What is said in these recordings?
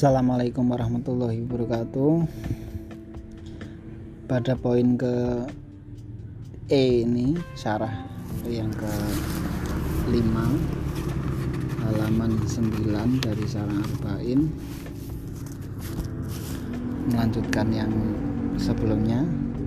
Assalamualaikum warahmatullahi wabarakatuh. Pada poin ke ini syarah yang ke 5 halaman 9 dari syarah arba'in, melanjutkan yang sebelumnya.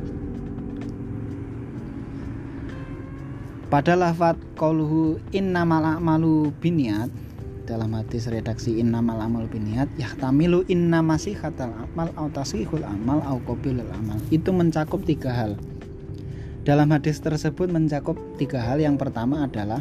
Pada lafadz qauluhu innamal a'malu binniyat, dalam hadis redaksi innamal a'malu binniyat yahtamilu inna masihatal amal au tasihul amal au qabilul amal, itu mencakup 3 hal. Dalam hadis tersebut mencakup 3 hal. Yang pertama adalah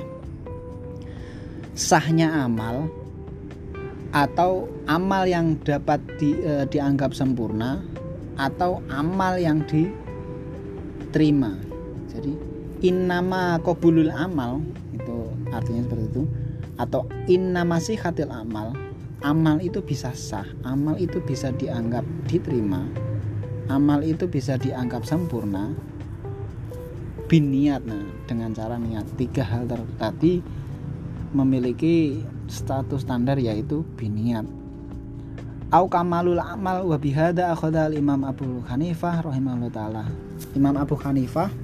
sahnya amal atau amal yang dapat dianggap sempurna atau amal yang diterima. Jadi innama qabulul amal itu artinya seperti itu, atau inna masihatil amal, amal itu bisa sah, amal itu bisa dianggap diterima, amal itu bisa dianggap sempurna biniat, dengan cara niat. 3 hal tadi memiliki status standar, yaitu biniat. Au kamalul amal wa bihada akhadha al-Imam Abu Hanifah rahimahullah taala. Imam Abu Hanifah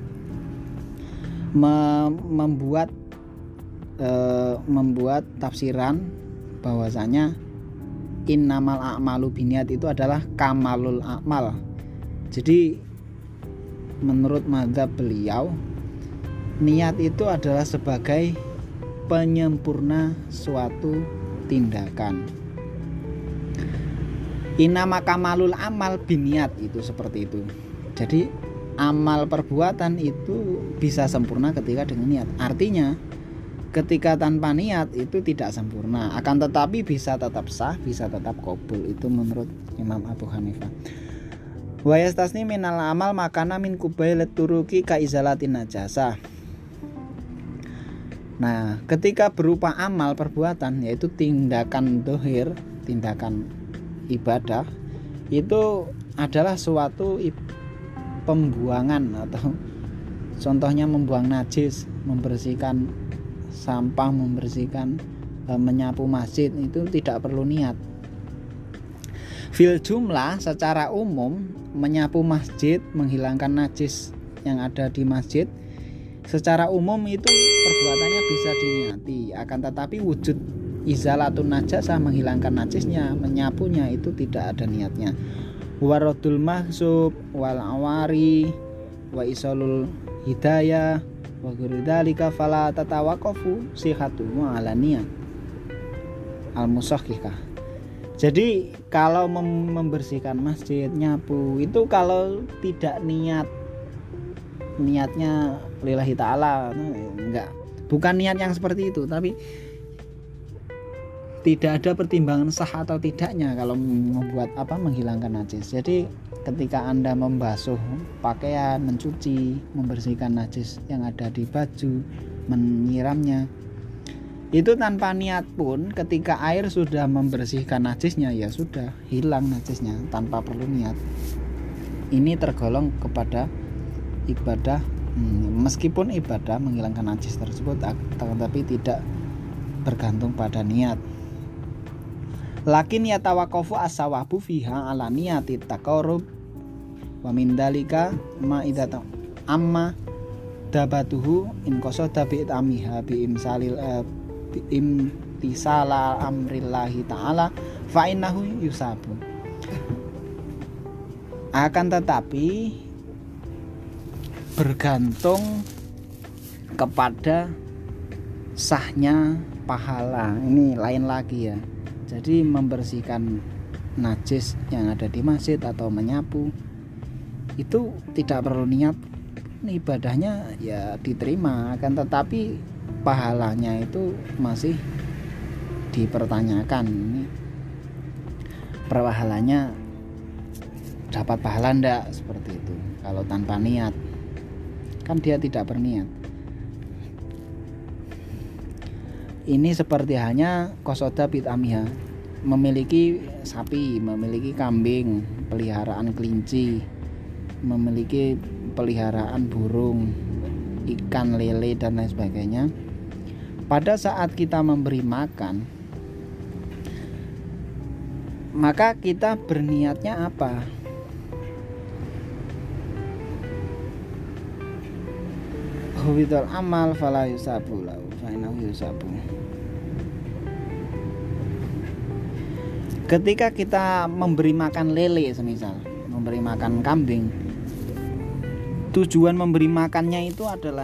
membuat tafsiran bahwasanya innamal a'malu binniyat itu adalah kamalul a'mal. Jadi menurut mazhab beliau, niat itu adalah sebagai penyempurna suatu tindakan. Innama kamalul amal binniyat itu seperti itu. Jadi amal perbuatan itu bisa sempurna ketika dengan niat. Artinya ketika tanpa niat itu tidak sempurna, akan tetapi bisa tetap sah, bisa tetap qabul. Itu menurut Imam Abu Hanifah. Wa yastasni minal amal makana min kubailat turuki ka izalatin najasah. Nah, ketika berupa amal perbuatan, yaitu tindakan dohir, tindakan ibadah, itu adalah suatu pembuangan, atau contohnya membuang najis, membersihkan sampah, membersihkan, menyapu masjid, itu tidak perlu niat. Fil jumlah, secara umum, menyapu masjid, menghilangkan najis yang ada di masjid, secara umum itu perbuatannya bisa diniati. Akan tetapi wujud izalatun najasah, menghilangkan najisnya, menyapunya, itu tidak ada niatnya. Waradul mahsub wal awari wa isalul hidayah wa ghairidhalika fala tatawaqafu sihhatuhu ala niyat al-musahhihah. Jadi kalau membersihkan masjid, nyapu, itu kalau tidak niatnya lillahi ta'ala, enggak, bukan niat yang seperti itu, tapi tidak ada pertimbangan sah atau tidaknya kalau membuat menghilangkan najis. Jadi ketika Anda membasuh pakaian, mencuci, membersihkan najis yang ada di baju, menyiramnya, itu tanpa niat pun, ketika air sudah membersihkan najisnya, ya sudah hilang najisnya tanpa perlu niat. Ini tergolong kepada ibadah, meskipun ibadah menghilangkan najis tersebut, tetapi tidak bergantung pada niat. Lakin yatawaqafu as-sawabu fiha ala niyati taqarrub wa min dalika ma idza amma dabatuhu in qasada bi tamiha bi imtisala amrillahi ta'ala fa innahu yusabu. Akan tetapi bergantung kepada sahnya pahala. Ini lain lagi ya. Jadi membersihkan najis yang ada di masjid atau menyapu itu tidak perlu niat, ibadahnya ya diterima. Akan tetapi pahalanya itu masih dipertanyakan. Ini pahalanya dapat pahala enggak, seperti itu. Kalau tanpa niat, kan dia tidak berniat. Ini seperti hanya qasoda bitamiha, memiliki sapi, memiliki kambing, peliharaan kelinci, memiliki peliharaan burung, ikan lele dan lain sebagainya. Pada saat kita memberi makan, Maka kita berniatnya apa? Hubitul amal fala yusabu lahu fa innahu yusabu. Ketika kita memberi makan lele, semisal memberi makan kambing, tujuan memberi makannya itu adalah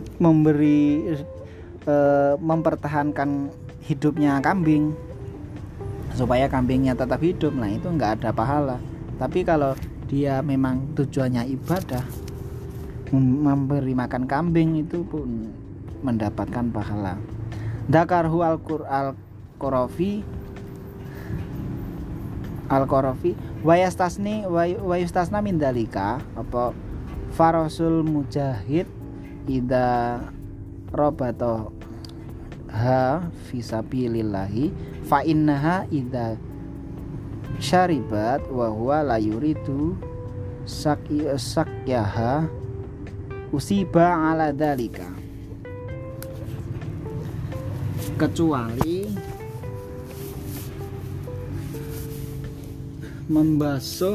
mempertahankan hidupnya kambing supaya kambingnya tetap hidup. Nah itu nggak ada pahala. Tapi kalau dia memang tujuannya ibadah, memberi makan kambing itu pun mendapatkan pahala. Dzakarhu Al-Qarafi wa yastasna min dalika apa farasul mujahid idza rabato ha fisabilillahi fa innaha idza syaribat wa huwa la yuridu sakyaha usiba ala dalika, kecuali membasuh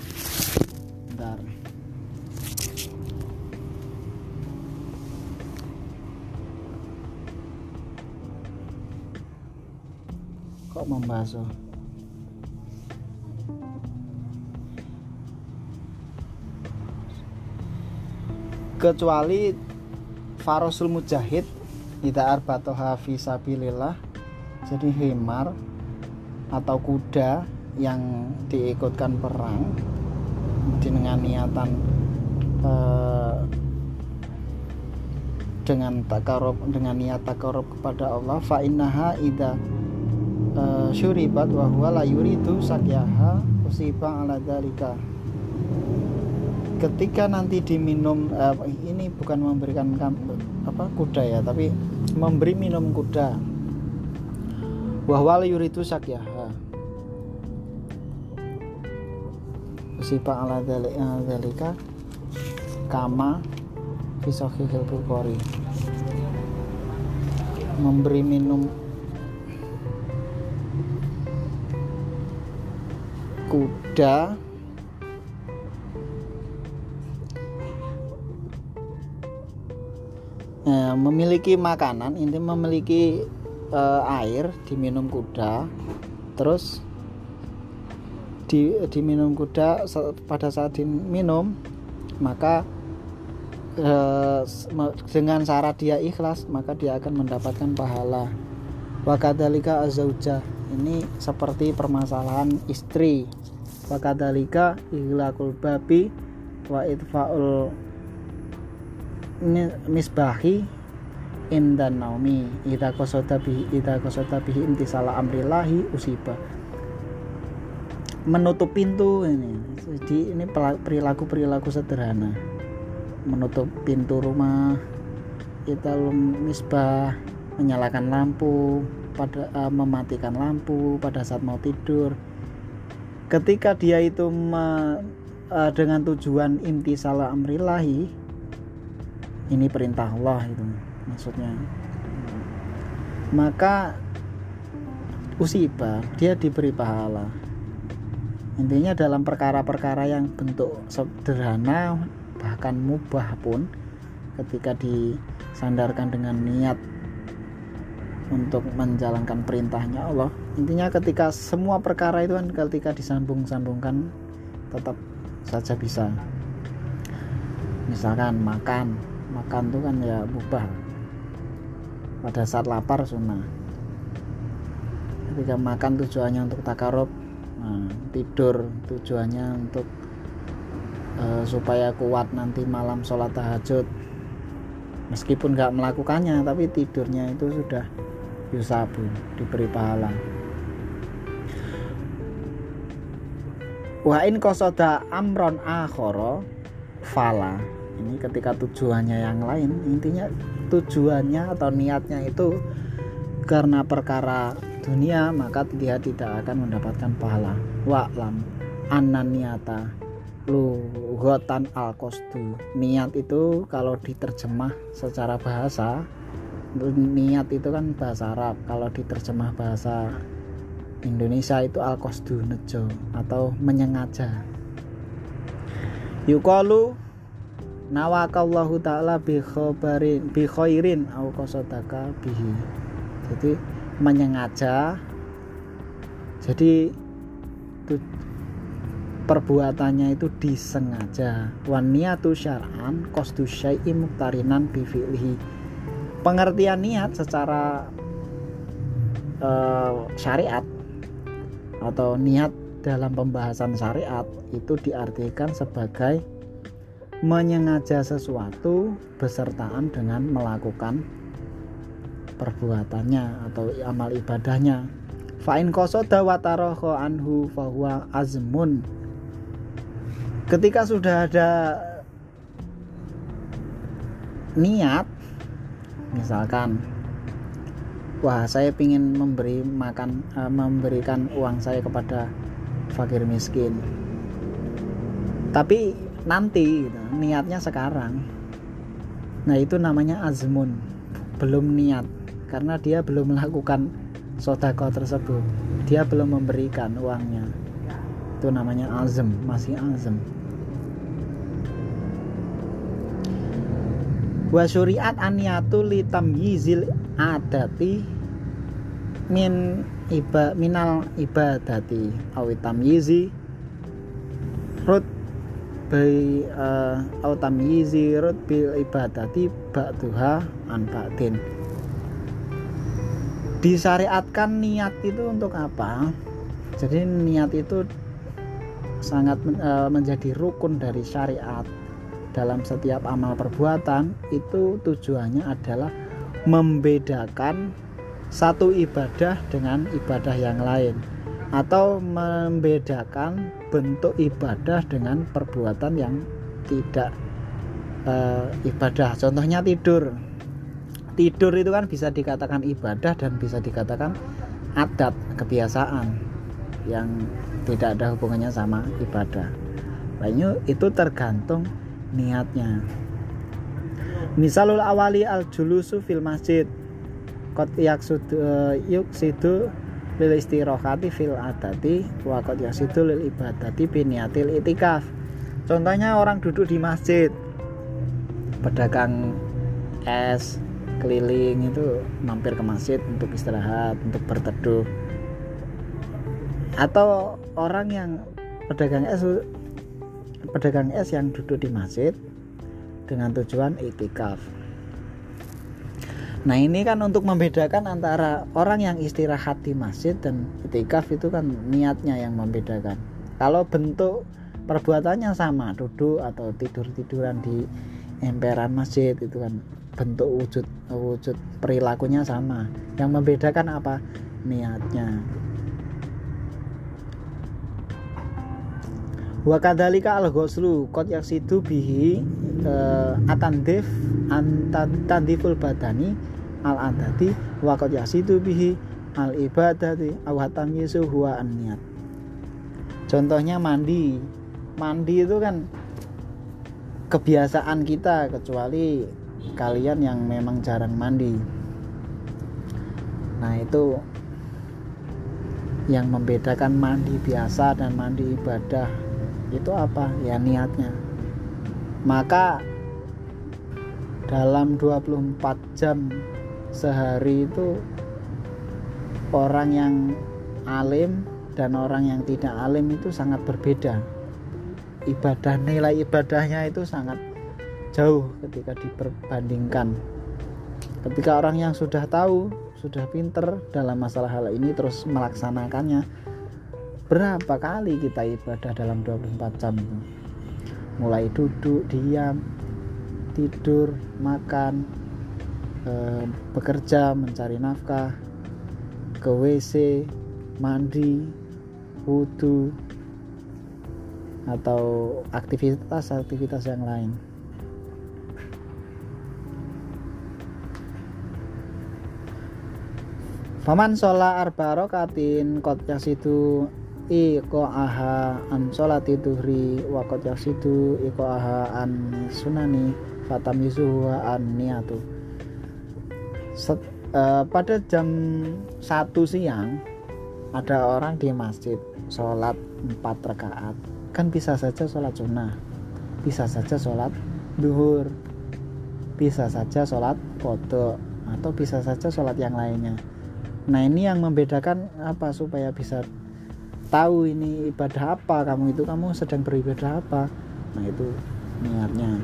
membasuh kecuali farosul mujahid idza arbatoha fi sabilillah, jadi himar atau kuda yang diikutkan perang dengan niatan dengan niat takarub kepada Allah, fa innaha idza syuribat wa huwa la yuridu sakyaha usiba ala dzalika. Ketika nanti diminum, ini bukan memberikan kuda ya, tapi memberi minum kuda, wa huwa la yuridu sakyaha usiba ala dzalika kama fi sahihil Bukhari. Memberi minum kuda memiliki makanan, intinya memiliki air diminum kuda, terus diminum kuda. Pada saat diminum maka dengan syarat dia ikhlas, maka dia akan mendapatkan pahala. Wa kadzalika azauja, ini seperti permasalahan istri. Wa kadzalika ighlaqul babi wa idfaul misbahi indan naumi idza qasada bihi imtisala amrillahi usiba. Menutup pintu ini perilaku sederhana. Menutup pintu rumah, misbah, menyalakan lampu, mematikan lampu pada saat mau tidur. Ketika dia itu dengan tujuan imtisala amrillahi, ini perintah Allah itu maksudnya, maka usibah, dia diberi pahala. Intinya dalam perkara-perkara yang bentuk sederhana bahkan mubah pun, ketika disandarkan dengan niat untuk menjalankan perintahnya Allah, intinya ketika semua perkara itu kan ketika disambung-sambungkan tetap saja bisa. Misalkan makan itu kan ya mubah, pada saat lapar sunnah. Ketika makan tujuannya untuk takarub, tidur tujuannya untuk supaya kuat nanti malam sholat tahajud, meskipun gak melakukannya tapi tidurnya itu sudah yusabu, diberi pahala. Wa in qasada amron akhara fala, ini ketika tujuannya yang lain, intinya tujuannya atau niatnya itu karena perkara dunia, maka dia tidak akan mendapatkan pahala. Wa'lam anna niyata lughatan al-qasdu, niat itu kalau diterjemah secara bahasa, niat itu kan bahasa Arab, kalau diterjemah bahasa Indonesia itu al-qasdu nejo atau menyengaja. Yuqalu nawakallahu ta'ala bi khairin au qasadaka bihi. Jadi menyengaja, jadi perbuatannya itu disengaja. Wan niyatu syar'an qasdu syai'i muqtarinan bi fi'lihi. Pengertian niat secara syariat atau niat dalam pembahasan syariat itu diartikan sebagai menyengaja sesuatu besertaan dengan melakukan perbuatannya atau amal ibadahnya. Fa in qasada wa taraha anhu fa huwa azmun. Ketika sudah ada niat, misalkan wah saya ingin memberikan uang saya kepada fakir miskin, tapi nanti gitu, niatnya sekarang, nah itu namanya azmun, belum niat, karena dia belum melakukan sedekah tersebut, dia belum memberikan uangnya, itu namanya azm, masih azm. Wa syuri'at an-niyatu li tamyizil adati minal ibadati aw tamyizi rud bi aw tamyizi rud bil ibadati ba'duha an ba'din. Disyariatkan niat itu untuk apa? Jadi niat itu sangat menjadi rukun dari syariat. Dalam setiap amal perbuatan itu tujuannya adalah membedakan satu ibadah dengan ibadah yang lain, atau membedakan bentuk ibadah dengan perbuatan yang tidak ibadah. Contohnya tidur itu kan bisa dikatakan ibadah dan bisa dikatakan adat, kebiasaan yang tidak ada hubungannya sama ibadah. Lainnya itu tergantung niatnya. Misalul awali al-julusu fil masjid qad yuksidu lil istirahati fil adati wa qad yuksidu lil ibadati bi niyatil itikaf. Contohnya orang duduk di masjid, pedagang es keliling itu mampir ke masjid untuk istirahat, untuk berteduh. Atau orang yang pedagang es yang duduk di masjid dengan tujuan itikaf. Nah ini kan untuk membedakan antara orang yang istirahat di masjid dan itikaf, itu kan niatnya yang membedakan. Kalau bentuk perbuatannya sama, duduk atau tidur-tiduran di emperan masjid, itu kan bentuk wujud perilakunya sama. Yang membedakan apa? Niatnya. Wa kadzalika al-ghuslu qad yaksidu bihi tandiful badani al-adati wa qad yaksidu bihi al-ibadati aw tamyizu huwa an-niyat. Contohnya mandi itu kan kebiasaan kita, kecuali kalian yang memang jarang mandi. Nah itu yang membedakan mandi biasa dan mandi ibadah itu apa? Ya niatnya. Maka dalam 24 jam sehari itu orang yang alim dan orang yang tidak alim itu sangat berbeda. Nilai ibadahnya itu sangat jauh ketika diperbandingkan. Ketika orang yang sudah tahu, sudah pinter dalam masalah hal ini terus melaksanakannya, berapa kali kita ibadah dalam 24 jam itu? Mulai duduk, diam, tidur, makan, bekerja, mencari nafkah, ke WC, mandi, wudu, atau aktivitas yang lain. Faman sholat arba rakatin qad yasidu iqa'aha an sholati duhri wa qad yasidu iqa'aha an sunani fatamizuhu an niyatu. Pada jam 1 siang Ada orang di masjid sholat 4 rakaat, kan bisa saja sholat sunnah, bisa saja sholat duhur, bisa saja sholat qadha, atau bisa saja sholat yang lainnya. Nah ini yang membedakan apa, supaya bisa tahu ini ibadah apa, kamu sedang beribadah apa. Nah itu niatnya.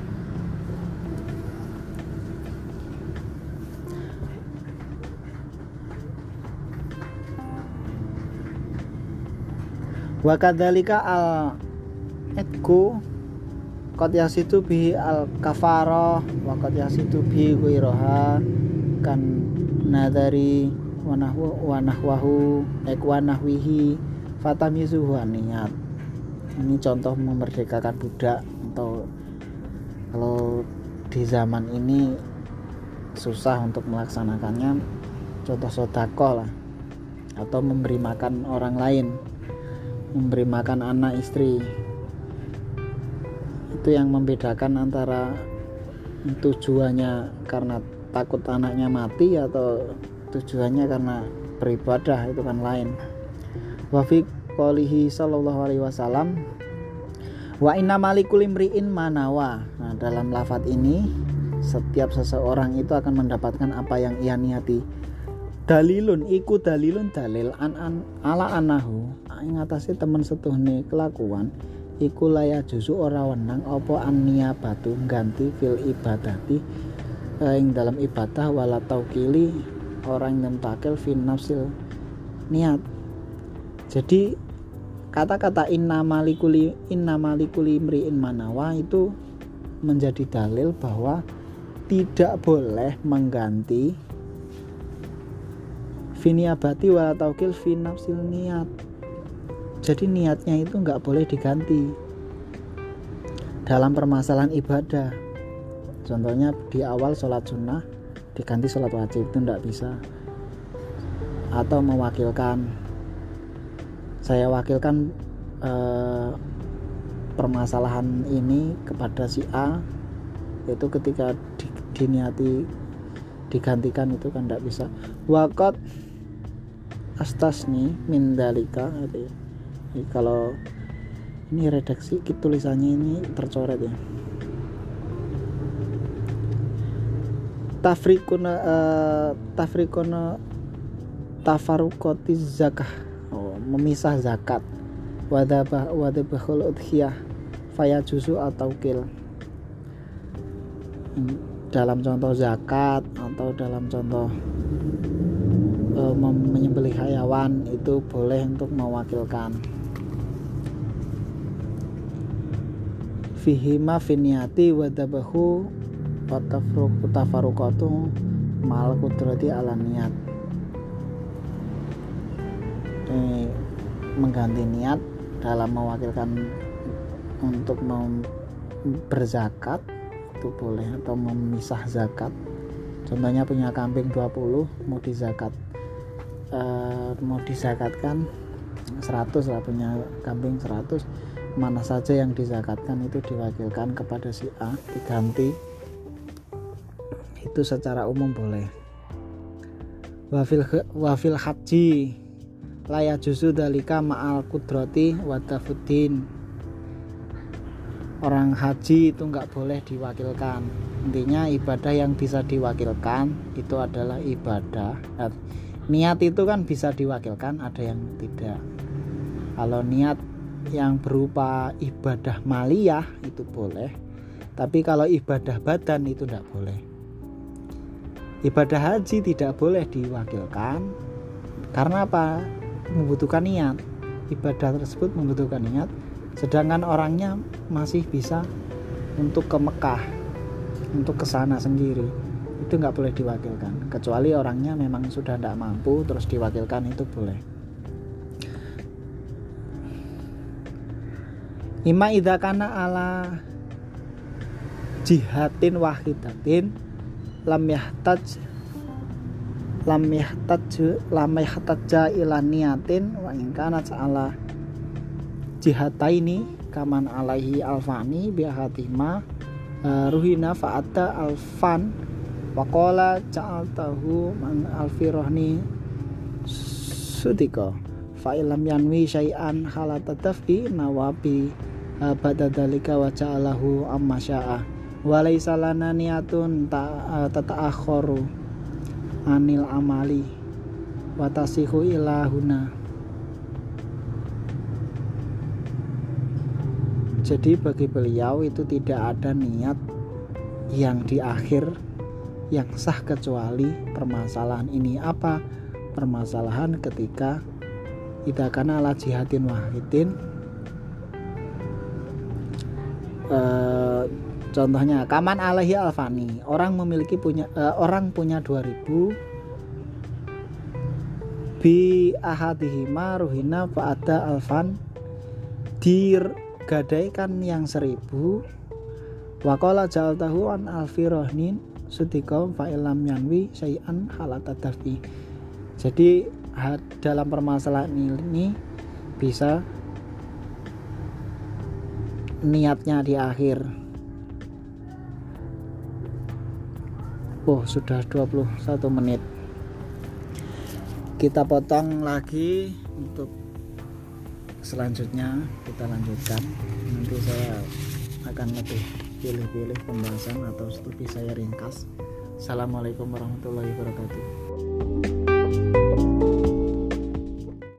Wa kadzalika al etku qad yasitu bi al kafarah wa qad yasitu bi ghairaha kan nadari wa nahwahu nahwihi fatamizuhu niat. Ini contoh memerdekakan budak, atau kalau di zaman ini susah untuk melaksanakannya, contoh sedekah lah, atau memberi makan orang lain, memberi makan anak istri. Itu yang membedakan antara tujuannya karena takut anaknya mati atau tujuannya karena beribadah, itu kan lain. Wa fi qoulihi sallallahu alaihi wasallam wa inna malikul imri'in manawa. Nah, dalam lafaz ini setiap seseorang itu akan mendapatkan apa yang ia niati. Dalilun iku dalilun dalil an ala anahu ing atase temen setuhne kelakuan iku laya juzu ora wenang apa annia batu ganti fil ibadati ing dalam ibadah wala taukili orang yang takil fin nafsil niat. Jadi kata-kata inna malikuli imri'in manawa itu menjadi dalil bahwa tidak boleh mengganti finiabati wala taukil fi nafsil niat. Jadi niatnya itu nggak boleh diganti dalam permasalahan ibadah. Contohnya di awal sholat sunnah diganti sholat wajib, itu nggak bisa. Atau mewakilkan, saya wakilkan permasalahan ini kepada si A, itu ketika diniati digantikan, itu kan nggak bisa. Waqat astasni min dalika gitu ya. Jadi kalau ini redaksi tulisannya ini tercoret ya. Tafrikuna tafaruqati zakah, memisah zakat, wadabahul udhiyah fayajuzu atau kil. Dalam contoh zakat atau dalam contoh menyembelih hayawan itu boleh untuk mewakilkan. Fihima finiyati wadabahu tafaruqatu mal qudrati ala niat. Mengganti niat dalam mewakilkan untuk berzakat itu boleh, atau memisah zakat. Contohnya punya kambing 20 mau dizakatkan 100 lah, punya kambing 100, mana saja yang dizakatkan itu diwakilkan kepada si A, diganti. Itu secara umum boleh. Wafil haji laya juzu dalika ma'al kudrati wadafuddin. Orang haji itu nggak boleh diwakilkan. Intinya ibadah yang bisa diwakilkan itu adalah ibadah. Niat itu kan bisa diwakilkan, ada yang tidak. Kalau niat yang berupa ibadah maliyah itu boleh, tapi kalau ibadah badan itu tidak boleh. Ibadah haji tidak boleh diwakilkan karena apa? Membutuhkan niat. Ibadah tersebut membutuhkan niat, sedangkan orangnya masih bisa untuk ke Mekah, untuk ke sana sendiri, itu nggak boleh diwakilkan. Kecuali orangnya memang sudah tidak mampu terus diwakilkan, itu boleh. Ima idza kana ala jihatin wahidatin lam yahtaj ila niyatin wa in kana ala jihataini kaman alaihi alfani bi hatima ruhina fa'ata alfan wa qala ja'altahu man alfirahni sudika fa ilam yanwi syai'an halata taf'i nawabi ba'da dzalika wa ja'alahu amma sya'a wa laisa lana niyatun tata'akharu anil amali wa tasihu ilahuna. Jadi bagi beliau itu tidak ada niat yang di akhir yang sah kecuali permasalahan ini. Apa permasalahan? Ketika idza kana ala jihadin wahidin, contohnya kaman alaihi alfani, orang punya 2000 bi ahadihima ruhina fa'ada alfan, digadaikan yang 1000, waqala ja'altahu an alfi rohnin sudikau fa'ilam yanwi syai'an halata dafi. Jadi dalam permasalahan ini bisa niatnya di akhir. Sudah 21 menit. Kita potong lagi untuk selanjutnya, kita lanjutkan. Nanti saya akan lebih pilih-pilih pembahasan atau lebih saya ringkas. Assalamualaikum warahmatullahi wabarakatuh.